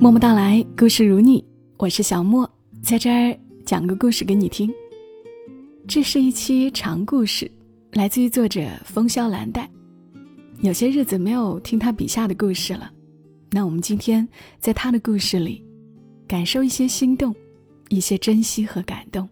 默默到来，故事如你，我是小莫，在这儿讲个故事给你听。这是一期长故事，来自于作者风萧蓝带。有些日子没有听他笔下的故事了，那我们今天在他的故事里感受一些心动，一些珍惜和感动。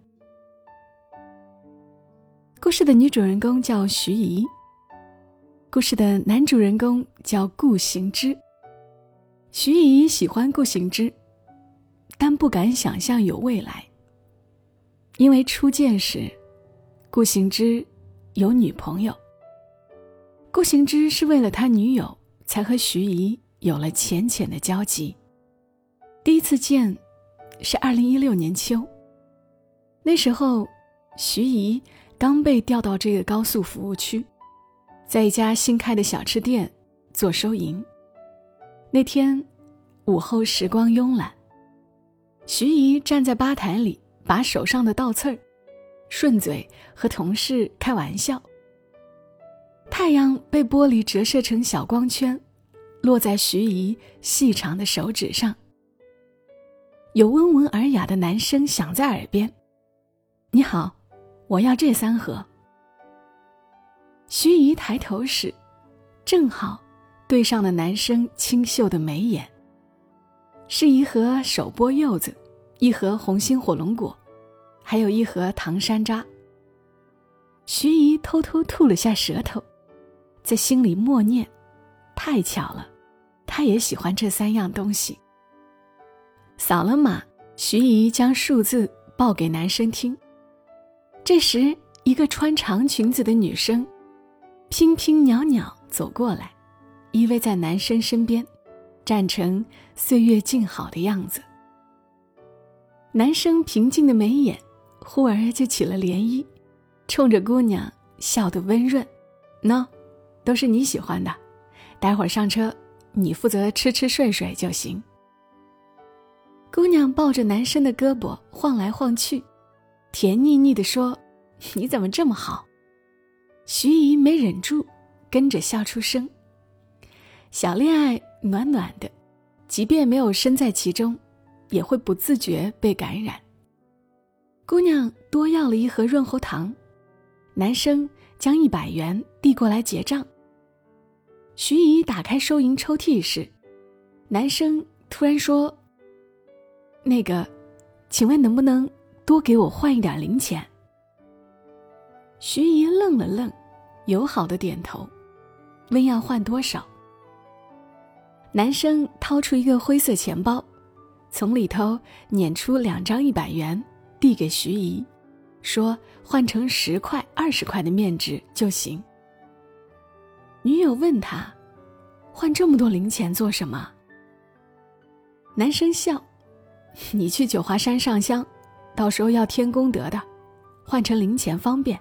故事的女主人公叫徐怡，故事的男主人公叫顾行之。徐怡喜欢顾行之，但不敢想象有未来。因为初见时，顾行之有女朋友。顾行之是为了他女友才和徐怡有了浅浅的交集。第一次见是2016年秋，那时候徐怡刚被调到这个高速服务区，在一家新开的小吃店做收银。那天午后时光慵懒，徐怡站在吧台里，把手上的倒刺儿顺嘴和同事开玩笑。太阳被玻璃折射成小光圈，落在徐怡细长的手指上。有温文尔雅的男声响在耳边：你好，我要这3盒。徐怡抬头时，正好对上了男生清秀的眉眼，是一盒手剥柚子，一盒红心火龙果，还有一盒糖山楂。徐怡偷偷吐了下舌头，在心里默念：太巧了，他也喜欢这3样东西。扫了码，徐怡将数字报给男生听。这时，一个穿长裙子的女生娉娉袅袅走过来，依偎在男生身边，站成岁月静好的样子。男生平静的眉眼忽而就起了涟漪，冲着姑娘笑得温润：喏，都是你喜欢的，待会儿上车你负责吃吃睡睡就行。姑娘抱着男生的胳膊晃来晃去，甜腻腻地说：你怎么这么好？徐怡没忍住跟着笑出声。小恋爱暖暖的，即便没有身在其中，也会不自觉被感染。姑娘多要了一盒润喉糖，男生将100元递过来结账。徐怡打开收银抽屉时，男生突然说：那个，请问能不能多给我换一点零钱？徐怡愣了愣，友好的点头，问要换多少。男生掏出一个灰色钱包，从里头捻出2张100元递给徐怡，说换成10块20块的面值就行。女友问他，换这么多零钱做什么？男生笑：你去九华山上香，到时候要添功德的，换成零钱方便。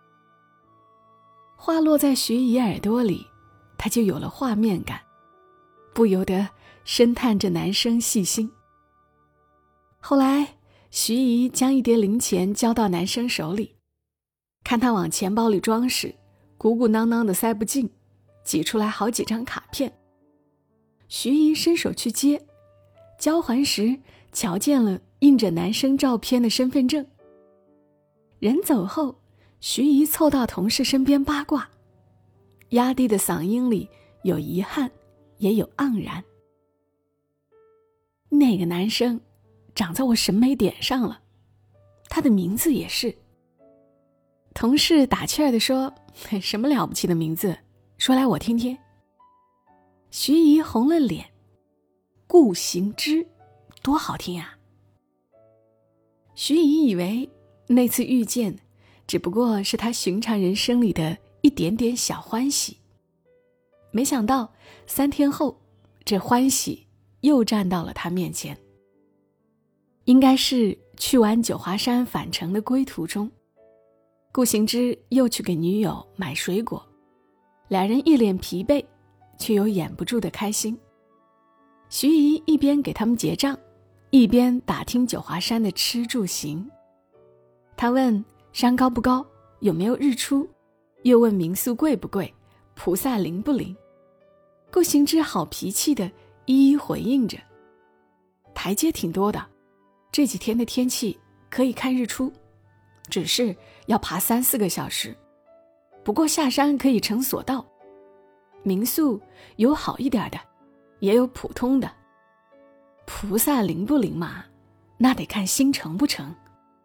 话落在徐怡耳朵里，他就有了画面感，不由得深叹着男生细心。后来徐怡将一叠零钱交到男生手里，看他往钱包里装时，鼓鼓囊囊的塞不进，挤出来好几张卡片。徐怡伸手去接，交还时瞧见了印着男生照片的身份证。人走后，徐怡凑到同事身边八卦，压低的嗓音里有遗憾，也有盎然。那个男生长在我审美点上了，他的名字也是。同事打趣儿地说：什么了不起的名字，说来我听听。徐怡红了脸：顾行之，多好听啊。徐怡以为那次遇见只不过是他寻常人生里的一点点小欢喜，没想到3天后，这欢喜又站到了他面前。应该是去完九华山返程的归途中，顾行之又去给女友买水果，两人一脸疲惫，却又掩不住的开心。徐怡一边给他们结账，一边打听九华山的吃住行。他问山高不高，有没有日出，又问民宿贵不贵，菩萨灵不灵。顾行之好脾气的一一回应着。 台阶挺多的，这几天的天气可以看日出，只是要爬3-4个小时。不过下山可以乘索道，民宿有好一点的，也有普通的。菩萨灵不灵嘛，那得看心诚不诚。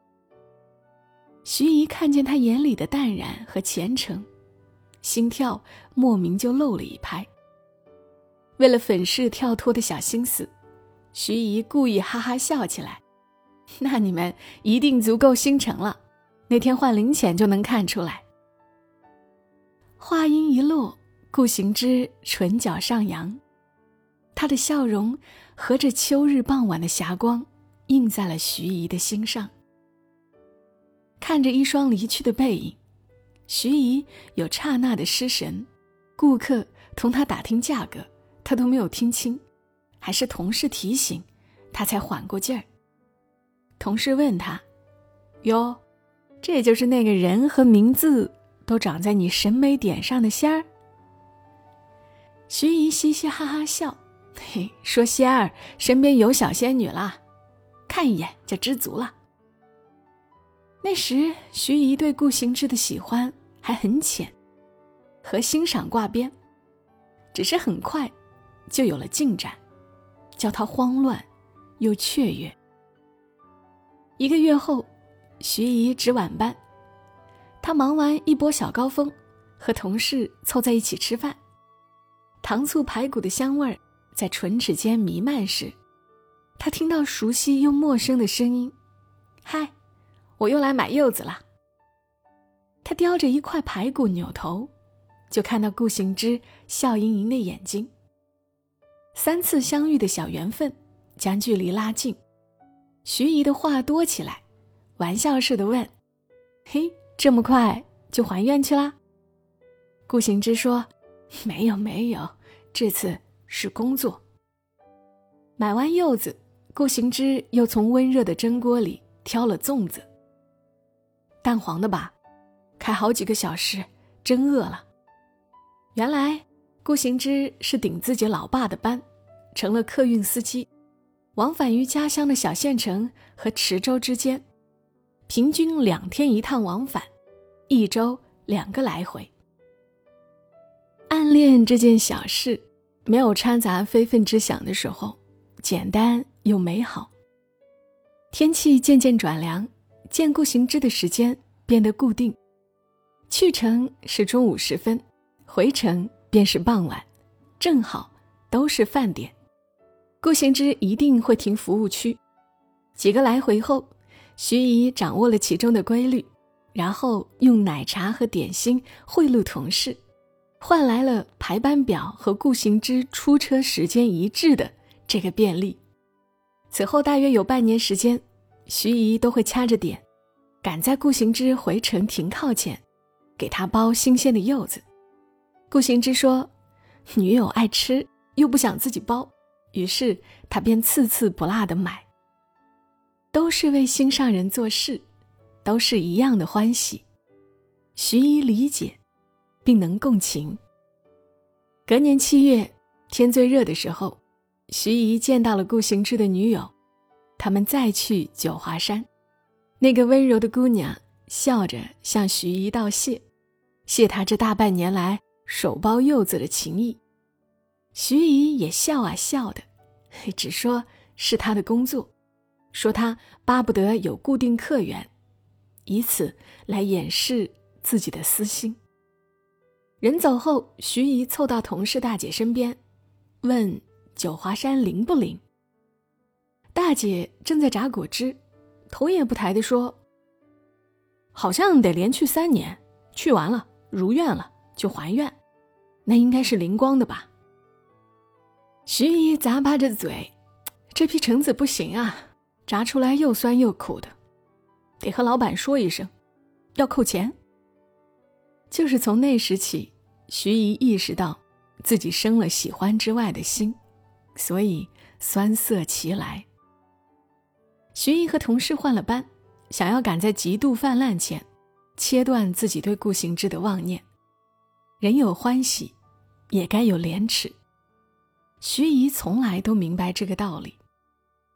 徐姨看见他眼里的淡然和虔诚，心跳莫名就漏了一拍。为了粉饰跳脱的小心思，徐姨故意哈哈笑起来。那你们一定足够心诚了，那天换零钱就能看出来。话音一落，顾行之唇角上扬，他的笑容和着秋日傍晚的霞光映在了徐姨的心上。看着一双离去的背影，徐姨有刹那的失神。顾客同他打听价格，他都没有听清，还是同事提醒他才缓过劲儿。同事问他：哟，这就是那个人和名字都长在你审美点上的仙儿？徐姨嘻嘻哈哈笑，嘿，说仙儿身边有小仙女啦，看一眼就知足了。那时徐姨对顾行之的喜欢还很浅，和欣赏挂边，只是很快就有了进展，叫她慌乱又雀跃。1个月后，徐姨值晚班，她忙完一波小高峰，和同事凑在一起吃饭，糖醋排骨的香味儿在唇齿间弥漫时，她听到熟悉又陌生的声音：嗨，我又来买柚子了。她叼着一块排骨扭头，就看到顾行之笑盈盈的眼睛。3次相遇的小缘分将距离拉近。徐姨的话多起来，玩笑似的问：嘿，这么快就还愿去啦？顾行之说：没有，这次是工作。买完柚子，顾行之又从温热的蒸锅里挑了粽子。淡黄的吧，开好几个小时，真饿了。原来顾行之是顶自己老爸的班，成了客运司机，往返于家乡的小县城和池州之间，平均2天1趟往返，1周2个来回。暗恋这件小事没有掺杂非分之想的时候，简单又美好。天气渐渐转凉，见顾行之的时间变得固定，去程是中午时分，回程便是傍晚，正好都是饭点。顾行之一定会停服务区。几个来回后，徐姨掌握了其中的规律，然后用奶茶和点心贿赂同事，换来了排班表和顾行之出车时间一致的这个便利。此后大约有半年时间，徐姨都会掐着点，赶在顾行之回程停靠前，给他包新鲜的柚子。顾行之说，女友爱吃，又不想自己包，于是他便次次不落地买。都是为心上人做事，都是一样的欢喜。徐姨理解并能共情。隔年7月，天最热的时候，徐姨见到了顾行之的女友，他们再去九华山。那个温柔的姑娘笑着向徐姨道谢，谢她这大半年来手包柚子的情谊。徐姨也笑啊笑的，只说是她的工作，说她巴不得有固定客源，以此来掩饰自己的私心。人走后，徐姨凑到同事大姐身边，问九华山灵不灵。大姐正在榨果汁，头也不抬地说，好像得连续3年，去完了如愿了就还愿，那应该是灵光的吧。徐姨咂巴着嘴，这批橙子不行啊，榨出来又酸又苦的，得和老板说一声，要扣钱。就是从那时起，徐姨意识到自己生了喜欢之外的心，所以酸涩其来。徐姨和同事换了班，想要赶在极度泛滥前切断自己对顾行之的妄念。人有欢喜，也该有廉耻。徐姨从来都明白这个道理。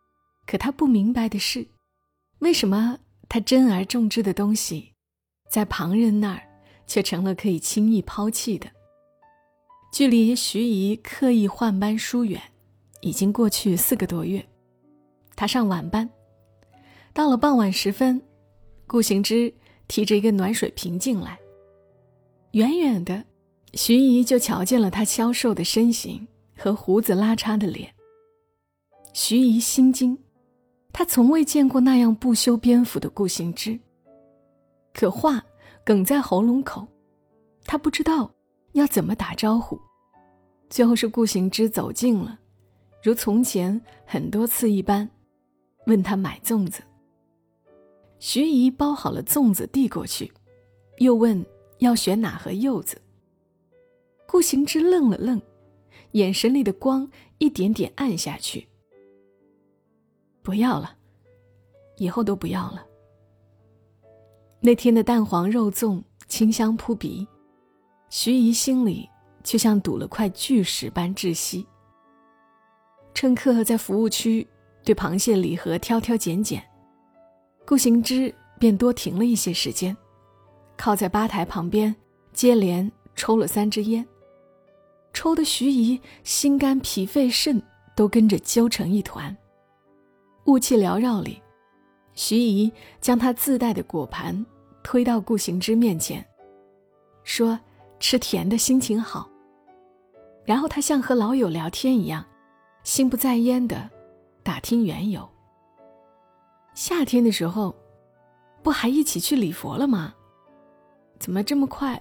可他不明白的是，为什么他珍而重之的东西，在旁人那儿却成了可以轻易抛弃的。距离徐姨刻意换班疏远已经过去4个多月，他上晚班，到了傍晚时分，顾行之提着一个暖水瓶进来，远远的，徐姨就瞧见了他消瘦的身形和胡子拉碴的脸。徐姨心惊，她从未见过那样不修边幅的顾行之，可话哽在喉咙口，她不知道要怎么打招呼。最后是顾行之走近了，如从前很多次一般，问他买粽子。徐姨包好了粽子递过去，又问要选哪盒柚子。顾行之愣了愣，眼神里的光一点点暗下去。不要了，以后都不要了。那天的蛋黄肉粽清香扑鼻，徐姨心里却像堵了块巨石般窒息。乘客在服务区对螃蟹礼盒挑挑拣拣，顾行之便多停了一些时间，靠在吧台旁边接连抽了3支烟，抽得徐姨心肝脾肺肾都跟着揪成一团。雾气缭绕里，徐姨将她自带的果盘推到顾行之面前，说吃甜的心情好。然后她像和老友聊天一样，心不在焉地打听缘由。夏天的时候不还一起去礼佛了吗？怎么这么快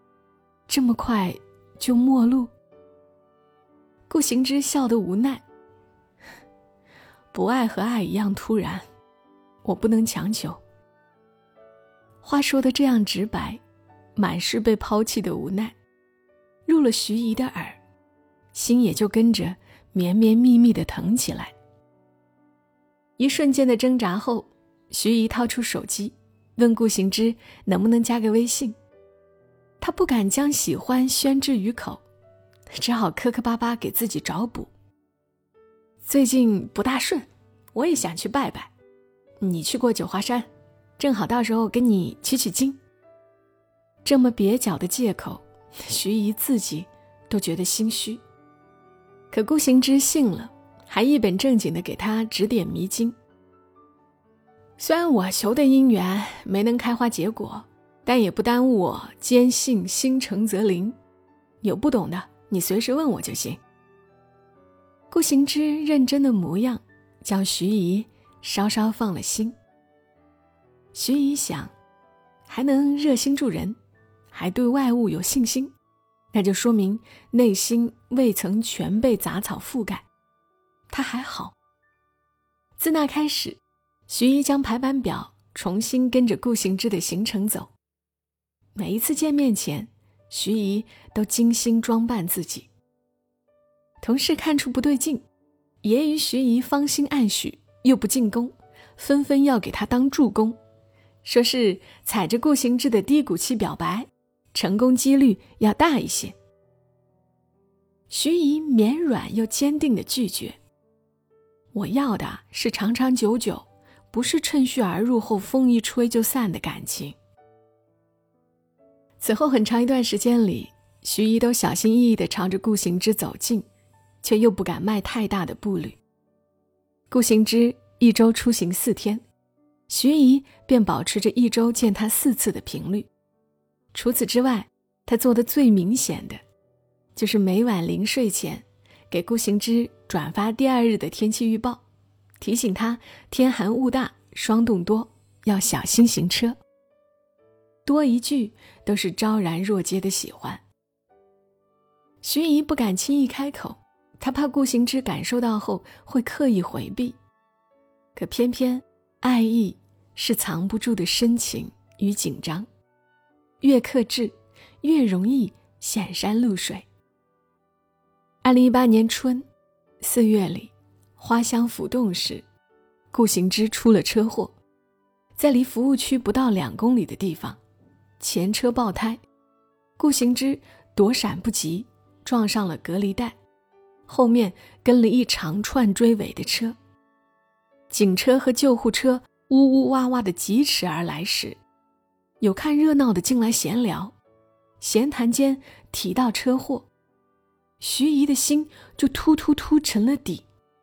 就陌路？顾行之笑得无奈，不爱和爱一样突然，我不能强求。话说得这样直白，满是被抛弃的无奈，入了徐姨的耳，心也就跟着绵绵密密地疼起来。一瞬间的挣扎后，徐姨掏出手机，问顾行之能不能加个微信。他不敢将喜欢宣之于口，只好磕磕巴巴给自己找补。最近不大顺，我也想去拜拜，你去过九华山，正好到时候跟你取取经。这么蹩脚的借口，徐姨自己都觉得心虚。可顾行之信了，还一本正经地给他指点迷津。虽然我求的姻缘没能开花结果，但也不耽误我坚信心诚则灵，有不懂的你随时问我就行。顾行之认真的模样叫徐姨稍稍放了心。徐姨想，还能热心助人，还对外物有信心，那就说明内心未曾全被杂草覆盖，他还好。自那开始，徐姨将排班表重新跟着顾行之的行程走。每一次见面前，徐姨都精心装扮自己。同事看出不对劲，揶揄徐姨芳心暗许，又不进攻，纷纷要给她当助攻，说是踩着顾行之的低谷期表白，成功几率要大一些。徐姨绵软又坚定地拒绝，我要的是长长久久，不是趁虚而入后风一吹就散的感情。此后很长一段时间里，徐姨都小心翼翼地朝着顾行之走近，却又不敢迈太大的步履。顾行之一周出行4天，徐姨便保持着1周见他4次的频率。除此之外，他做的最明显的就是每晚临睡前给顾行之转发第2日的天气预报，提醒他天寒雾大，霜冻多，要小心行车。多一句都是昭然若揭的喜欢。徐姨不敢轻易开口，她怕顾行之感受到后会刻意回避，可偏偏爱意是藏不住的深情与紧张，越克制越容易显山露水。2018年春4月里，花香浮动时，顾行之出了车祸，在离服务区不到2公里的地方，前车爆胎，顾行之躲闪不及，撞上了隔离带，后面跟了一长串追尾的车。 警车和救护车呜呜哇哇地疾驰而来时，有看热闹的进来闲聊，闲谈间提到车祸，徐姨的心就突突突沉了底。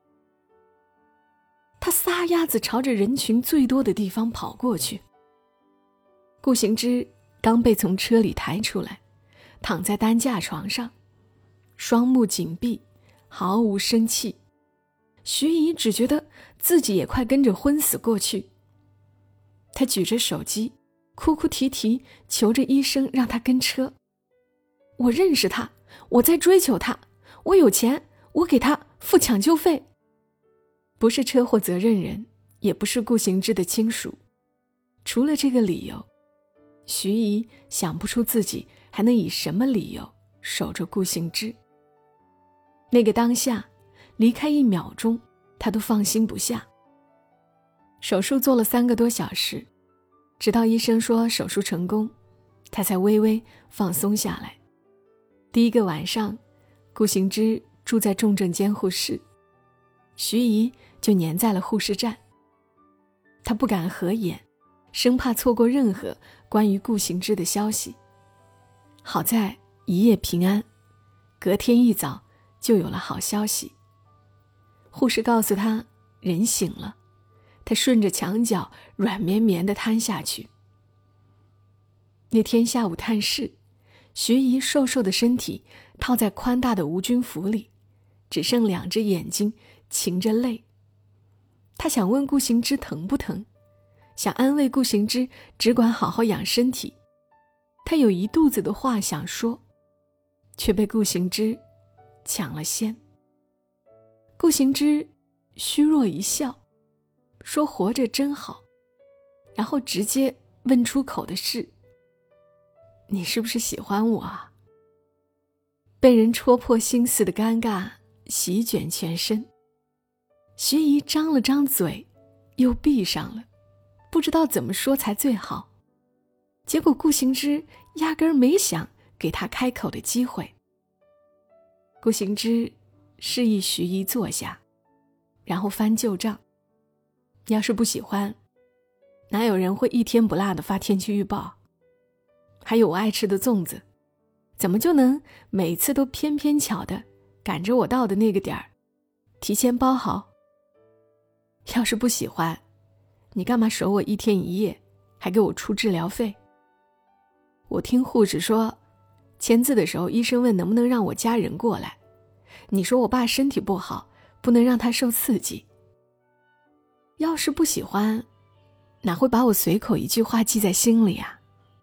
她撒丫子朝着人群最多的地方跑过去。顾行之刚被从车里抬出来，躺在担架床上，双目紧闭，毫无生气。徐姨只觉得自己也快跟着昏死过去。她举着手机，哭哭啼啼求着医生让她跟车。我认识他，我在追求他，我有钱，我给他付抢救费。不是车祸责任人，也不是顾行之的亲属。除了这个理由，徐姨想不出自己还能以什么理由守着顾行之。那个当下，离开1秒钟，她都放心不下。手术做了3个多小时，直到医生说手术成功，她才微微放松下来。第1个晚上，顾行之住在重症监护室，徐姨就黏在了护士站。她不敢合眼，生怕错过任何关于顾行之的消息。好在一夜平安，隔天一早就有了好消息。护士告诉她人醒了，她顺着墙角软绵绵地瘫下去。那天下午探视，徐姨瘦瘦的身体套在宽大的无菌服里，只剩2只眼睛噙着泪。她想问顾行之疼不疼，想安慰顾行之只管好好养身体。她有一肚子的话想说，却被顾行之抢了先。顾行之虚弱一笑，说活着真好，然后直接问出口的是，你是不是喜欢我啊？被人戳破心思的尴尬席卷全身。徐姨张了张嘴，又闭上了，不知道怎么说才最好。结果顾行之压根儿没想给她开口的机会。顾行之示意徐姨坐下，然后翻旧账。要是不喜欢，哪有人会一天不落地发天气预报？还有我爱吃的粽子，怎么就能每次都偏偏巧的赶着我到的那个点儿提前包好？要是不喜欢，你干嘛守我1天1夜，还给我出治疗费？我听护士说，签字的时候医生问能不能让我家人过来，你说我爸身体不好，不能让他受刺激。要是不喜欢，哪会把我随口一句话记在心里啊？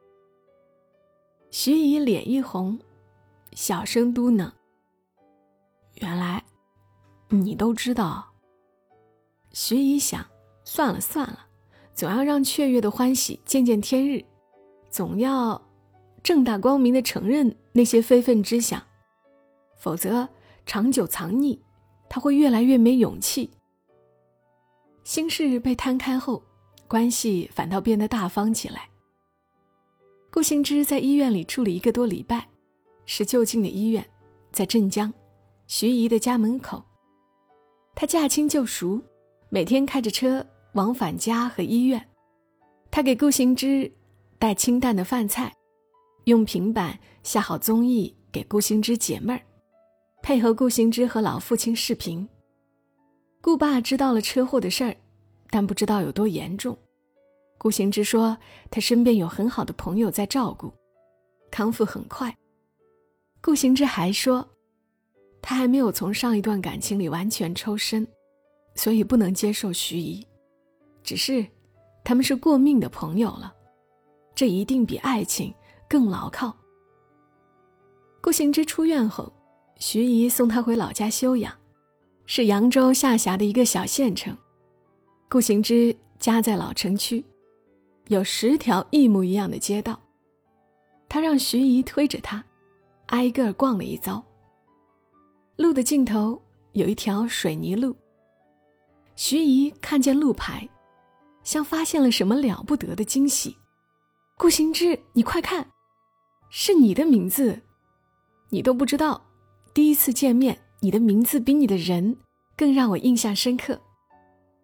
徐姨脸一红，小声嘟囔，原来你都知道。徐姨想，算了算了，总要让雀跃的欢喜见见天日，总要正大光明地承认那些非分之想，否则长久藏匿，他会越来越没勇气。心事被摊开后，关系反倒变得大方起来。顾行之在医院里住了1个多礼拜，是就近的医院，在镇江，徐姨的家门口。他驾轻就熟，每天开着车往返家和医院。他给顾行之带清淡的饭菜，用平板下好综艺给顾行之解闷儿，配合顾行之和老父亲视频。顾爸知道了车祸的事儿，但不知道有多严重。顾行之说他身边有很好的朋友在照顾，康复很快。顾行之还说他还没有从上一段感情里完全抽身，所以不能接受徐姨，只是他们是过命的朋友了，这一定比爱情更牢靠。顾行之出院后，徐姨送他回老家休养，是扬州下辖的一个小县城。顾行之家在老城区，有10条一模一样的街道。他让徐姨推着他挨个逛了一遭。路的尽头有一条水泥路，徐姨看见路牌，像发现了什么了不得的惊喜。顾行之，你快看，是你的名字，你都不知道，第一次见面，你的名字比你的人更让我印象深刻。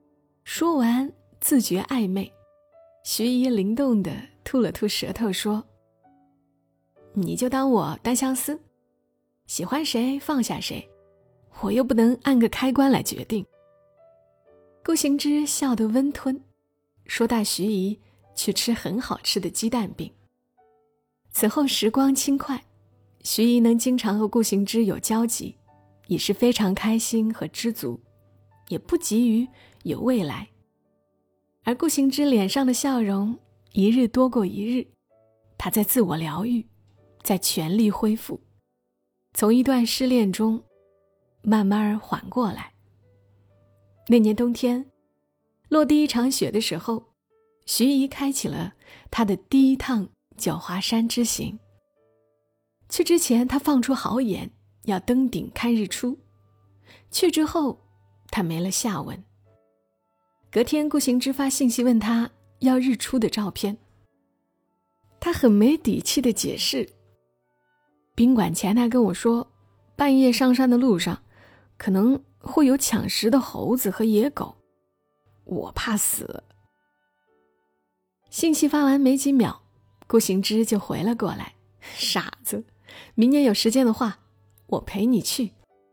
说完自觉暧昧，徐姨灵动地吐了吐舌头说，你就当我单相思，喜欢谁放下谁，我又不能按个开关来决定。顾行之笑得温吞，说带徐姨去吃很好吃的鸡蛋饼。此后时光轻快，徐姨能经常和顾行之有交集，已是非常开心和知足，也不急于有未来。而顾行之脸上的笑容一日多过一日，他在自我疗愈，在全力恢复，从一段失恋中慢慢缓过来。那年冬天，落第一场雪的时候，徐姨开启了她的第一趟九华山之行。去之前，她放出豪言要登顶看日出，去之后她没了下文。隔天顾行之发信息问她要日出的照片，她很没底气地解释，宾馆前台跟我说，半夜上山的路上可能会有抢食的猴子和野狗，我怕死。信息发完没几秒，顾行之就回了过来，傻子，明年有时间的话，我陪你去。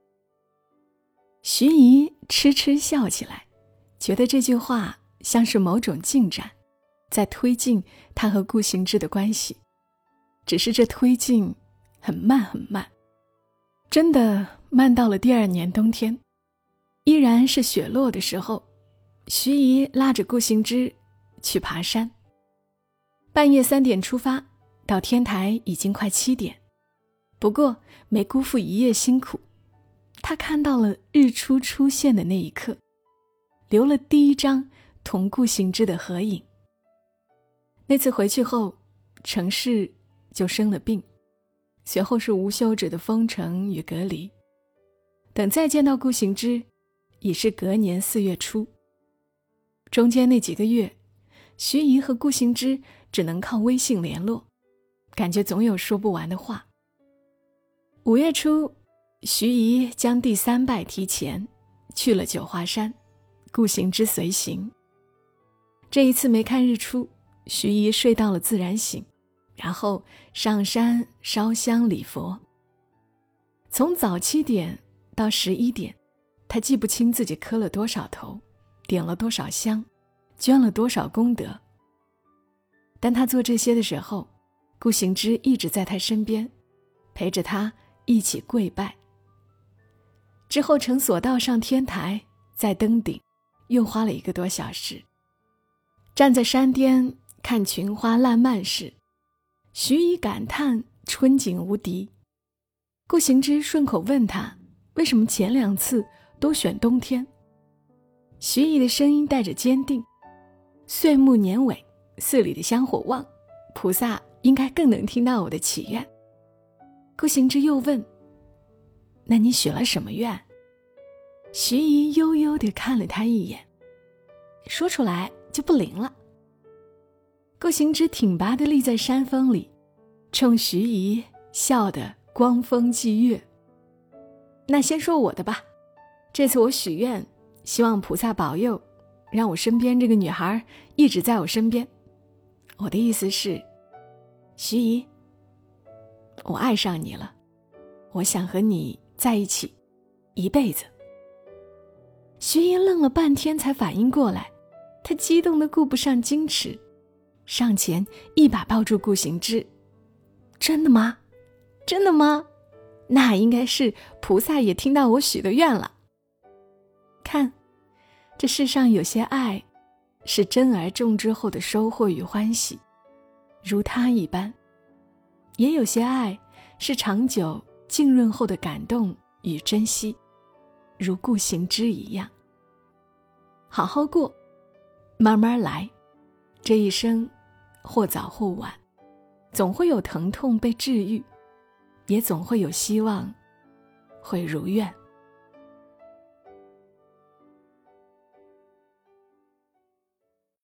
徐姨痴痴笑起来，觉得这句话像是某种进展，在推进她和顾行之的关系，只是这推进很慢很慢，真的慢到了第二年冬天，依然是雪落的时候，徐姨拉着顾行之去爬山。半夜3点出发，到天台已经快7点，不过没辜负一夜辛苦，她看到了日出出现的那一刻，留了第一张同顾行之的合影。那次回去后，城市就生了病，随后是无休止的封城与隔离。等再见到顾行之，已是隔年4月初。中间那几个月，徐姨和顾行之只能靠微信联络，感觉总有说不完的话。5月初，徐姨将第3拜提前，去了九华山，顾行之随行。这一次没看日出，徐姨睡到了自然醒，然后上山烧香礼佛。从早7点到11点，她记不清自己磕了多少头，点了多少香，捐了多少功德。当她做这些的时候，顾行之一直在她身边，陪着她一起跪拜。之后乘索道上天台，再登顶，又花了1个多小时。站在山巅看群花烂漫时，徐姨感叹春景无敌。顾行之顺口问他为什么前2次都选冬天。徐姨的声音带着坚定，岁暮年尾，寺里的香火旺，菩萨应该更能听到我的祈愿。顾行之又问，那你许了什么愿？徐姨悠悠地看了他一眼，说出来就不灵了。顾行之挺拔地立在山峰里，冲徐姨笑得光风霁月。那先说我的吧，这次我许愿，希望菩萨保佑，让我身边这个女孩一直在我身边。我的意思是，徐姨，我爱上你了，我想和你在一起一辈子。徐姨愣了半天才反应过来，她激动得顾不上矜持，上前一把抱住顾行之。真的吗？真的吗？那应该是菩萨也听到我许的愿了。看，这世上有些爱是珍而重之后的收获与欢喜，如他一般；也有些爱是长久浸润后的感动与珍惜，如顾行之一样。好好过，慢慢来，这一生或早或晚，总会有疼痛被治愈，也总会有希望会如愿。